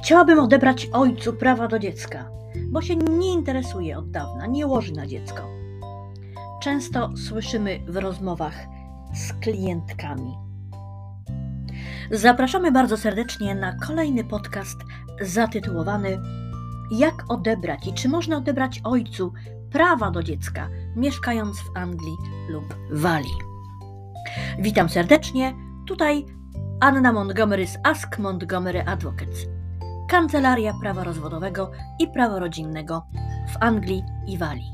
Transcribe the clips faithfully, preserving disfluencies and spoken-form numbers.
Chciałabym odebrać ojcu prawa do dziecka, bo się nie interesuje od dawna, nie łoży na dziecko. Często słyszymy w rozmowach z klientkami. Zapraszamy bardzo serdecznie na kolejny podcast zatytułowany Jak odebrać i czy można odebrać ojcu prawa do dziecka, mieszkając w Anglii lub Walii. Witam serdecznie, tutaj Anna Montgomery z Ask Montgomery Advocates, Kancelaria Prawa Rozwodowego i Prawa Rodzinnego w Anglii i Walii.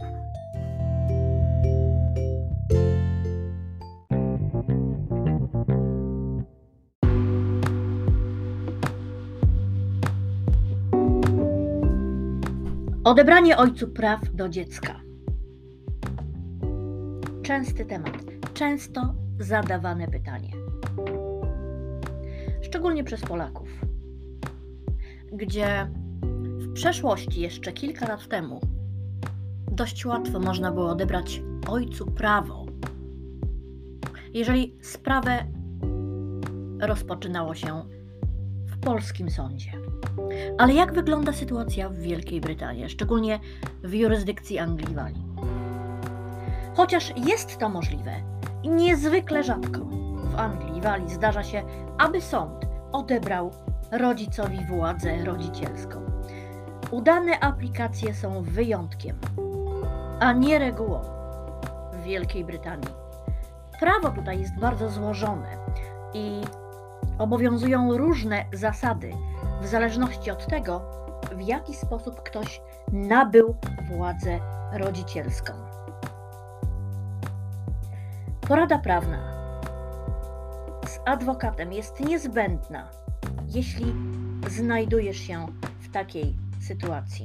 Odebranie ojcu praw do dziecka. Częsty temat, często zadawane pytanie. Szczególnie przez Polaków, gdzie w przeszłości, jeszcze kilka lat temu, dość łatwo można było odebrać ojcu prawo, jeżeli sprawę rozpoczynało się w polskim sądzie. Ale jak wygląda sytuacja w Wielkiej Brytanii, szczególnie w jurysdykcji Anglii i Walii? Chociaż jest to możliwe i niezwykle rzadko w Anglii i Walii zdarza się, aby sąd odebrał rodzicowi władzę rodzicielską. Udane aplikacje są wyjątkiem, a nie regułą w Wielkiej Brytanii. Prawo tutaj jest bardzo złożone i obowiązują różne zasady w zależności od tego, w jaki sposób ktoś nabył władzę rodzicielską. Porada prawna z adwokatem jest niezbędna, jeśli znajdujesz się w takiej sytuacji.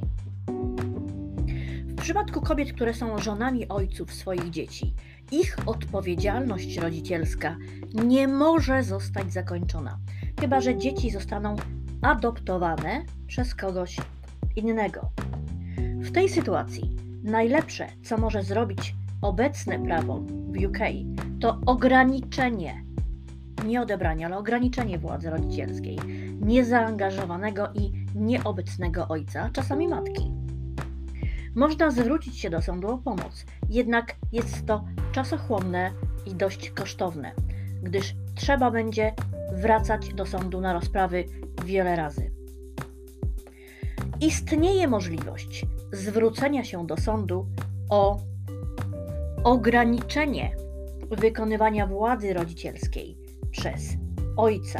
W przypadku kobiet, które są żonami ojców swoich dzieci, ich odpowiedzialność rodzicielska nie może zostać zakończona, chyba że dzieci zostaną adoptowane przez kogoś innego. W tej sytuacji najlepsze, co może zrobić obecne prawo w U K, to ograniczenie, nie odebranie, ale ograniczenie władzy rodzicielskiej niezaangażowanego i nieobecnego ojca, czasami matki. Można zwrócić się do sądu o pomoc, jednak jest to czasochłonne i dość kosztowne, gdyż trzeba będzie wracać do sądu na rozprawy wiele razy. Istnieje możliwość zwrócenia się do sądu o ograniczenie wykonywania władzy rodzicielskiej przez ojca.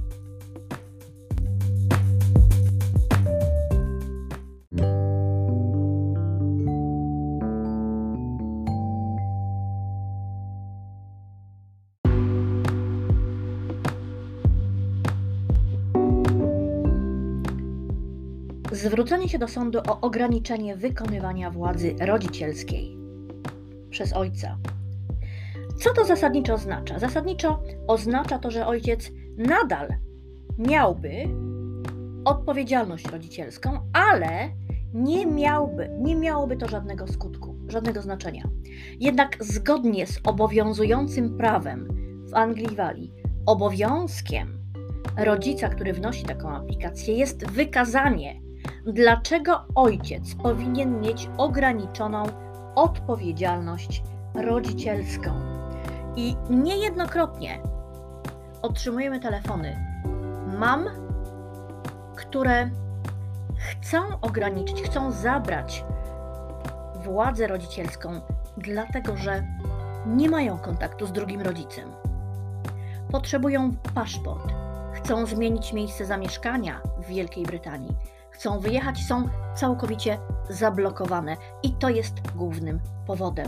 Zwrócenie się do sądu o ograniczenie wykonywania władzy rodzicielskiej przez ojca. Co to zasadniczo oznacza? Zasadniczo oznacza to, że ojciec nadal miałby odpowiedzialność rodzicielską, ale nie miałby, nie miałoby to żadnego skutku, żadnego znaczenia. Jednak zgodnie z obowiązującym prawem w Anglii i Walii, obowiązkiem rodzica, który wnosi taką aplikację, jest wykazanie, dlaczego ojciec powinien mieć ograniczoną odpowiedzialność rodzicielską. I niejednokrotnie otrzymujemy telefony mam, które chcą ograniczyć, chcą zabrać władzę rodzicielską, dlatego że nie mają kontaktu z drugim rodzicem. Potrzebują paszport, chcą zmienić miejsce zamieszkania w Wielkiej Brytanii, chcą wyjechać, są całkowicie zablokowane i to jest głównym powodem.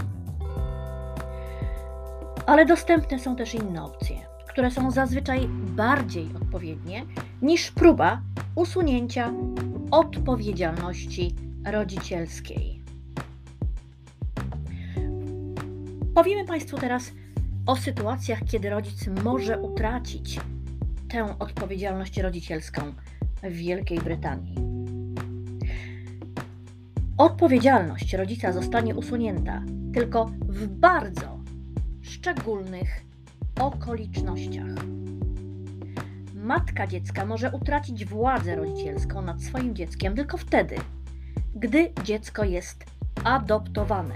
Ale dostępne są też inne opcje, które są zazwyczaj bardziej odpowiednie niż próba usunięcia odpowiedzialności rodzicielskiej. Powiemy Państwu teraz o sytuacjach, kiedy rodzic może utracić tę odpowiedzialność rodzicielską w Wielkiej Brytanii. Odpowiedzialność rodzica zostanie usunięta tylko w bardzo szczególnych okolicznościach. matka dziecka może utracić władzę rodzicielską nad swoim dzieckiem tylko wtedy, gdy dziecko jest adoptowane.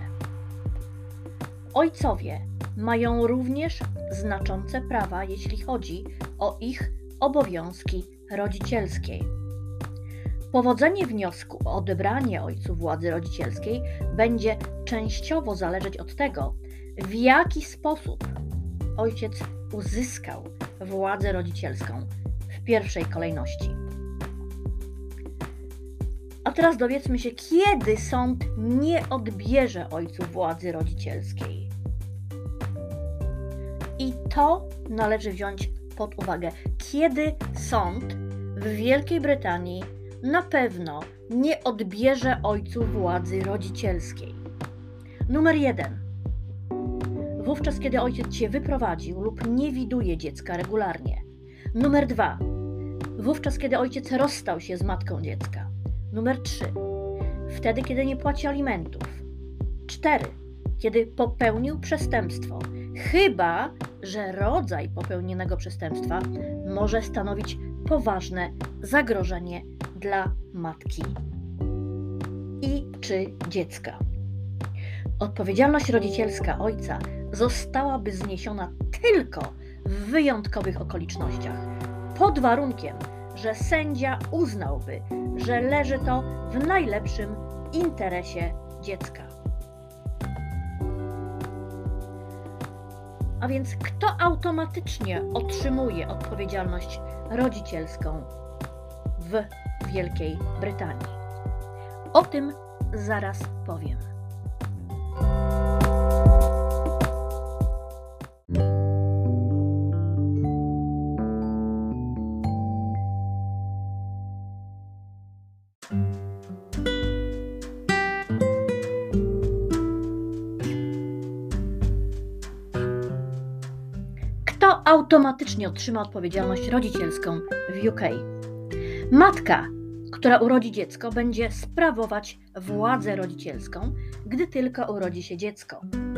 Ojcowie mają również znaczące prawa, jeśli chodzi o ich obowiązki rodzicielskie. Powodzenie wniosku o odebranie ojcu władzy rodzicielskiej będzie częściowo zależeć od tego, w jaki sposób ojciec uzyskał władzę rodzicielską w pierwszej kolejności. A teraz dowiedzmy się, kiedy sąd nie odbierze ojcu władzy rodzicielskiej. I to należy wziąć pod uwagę, kiedy sąd w Wielkiej Brytanii na pewno nie odbierze ojcu władzy rodzicielskiej. Numer jeden. Wówczas, kiedy ojciec się wyprowadził lub nie widuje dziecka regularnie. Numer dwa. Wówczas, kiedy ojciec rozstał się z matką dziecka. Numer trzy. Wtedy, kiedy nie płaci alimentów. cztery. Kiedy popełnił przestępstwo, chyba że rodzaj popełnionego przestępstwa może stanowić poważne zagrożenie dla matki i czy dziecka. Odpowiedzialność rodzicielska ojca zostałaby zniesiona tylko w wyjątkowych okolicznościach, pod warunkiem, że sędzia uznałby, że leży to w najlepszym interesie dziecka. A więc kto automatycznie otrzymuje odpowiedzialność rodzicielską w Wielkiej Brytanii? O tym zaraz powiem. Kto automatycznie otrzyma odpowiedzialność rodzicielską w U K? Matka, która urodzi dziecko, będzie sprawować władzę rodzicielską, gdy tylko urodzi się dziecko.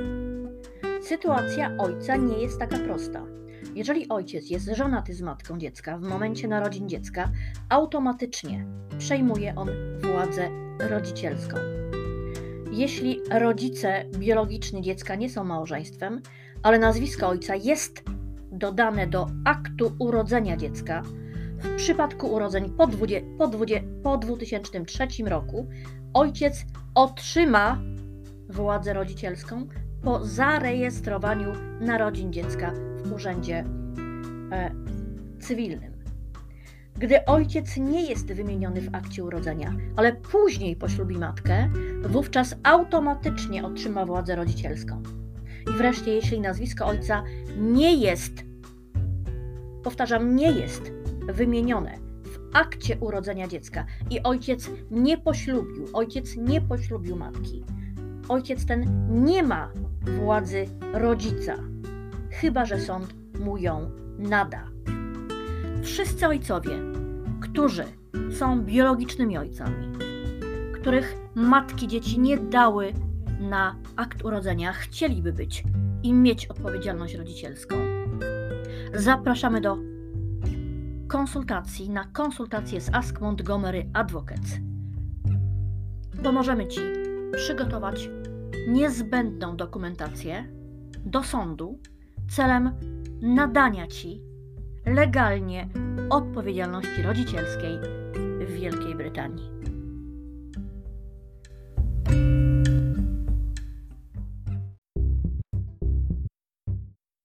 Sytuacja ojca nie jest taka prosta. Jeżeli ojciec jest żonaty z matką dziecka w momencie narodzin dziecka, automatycznie przejmuje on władzę rodzicielską. Jeśli rodzice biologiczni dziecka nie są małżeństwem, ale nazwisko ojca jest dodane do aktu urodzenia dziecka, w przypadku urodzeń po, dwudzie, po, dwudzie, po dwa tysiące trzecim roku ojciec otrzyma władzę rodzicielską po zarejestrowaniu narodzin dziecka w urzędzie e, cywilnym. Gdy ojciec nie jest wymieniony w akcie urodzenia, ale później poślubi matkę, wówczas automatycznie otrzyma władzę rodzicielską. I wreszcie, jeśli nazwisko ojca nie jest, powtarzam, nie jest wymienione w akcie urodzenia dziecka i ojciec nie poślubił, ojciec nie poślubił matki, ojciec ten nie ma władzy rodzica, chyba że sąd mu ją nada. Wszyscy ojcowie, którzy są biologicznymi ojcami, których matki dzieci nie dały na akt urodzenia, chcieliby być i mieć odpowiedzialność rodzicielską, zapraszamy do konsultacji, na konsultację z Ask Montgomery Advocates. Pomożemy Ci przygotować niezbędną dokumentację do sądu celem nadania Ci legalnie odpowiedzialności rodzicielskiej w Wielkiej Brytanii.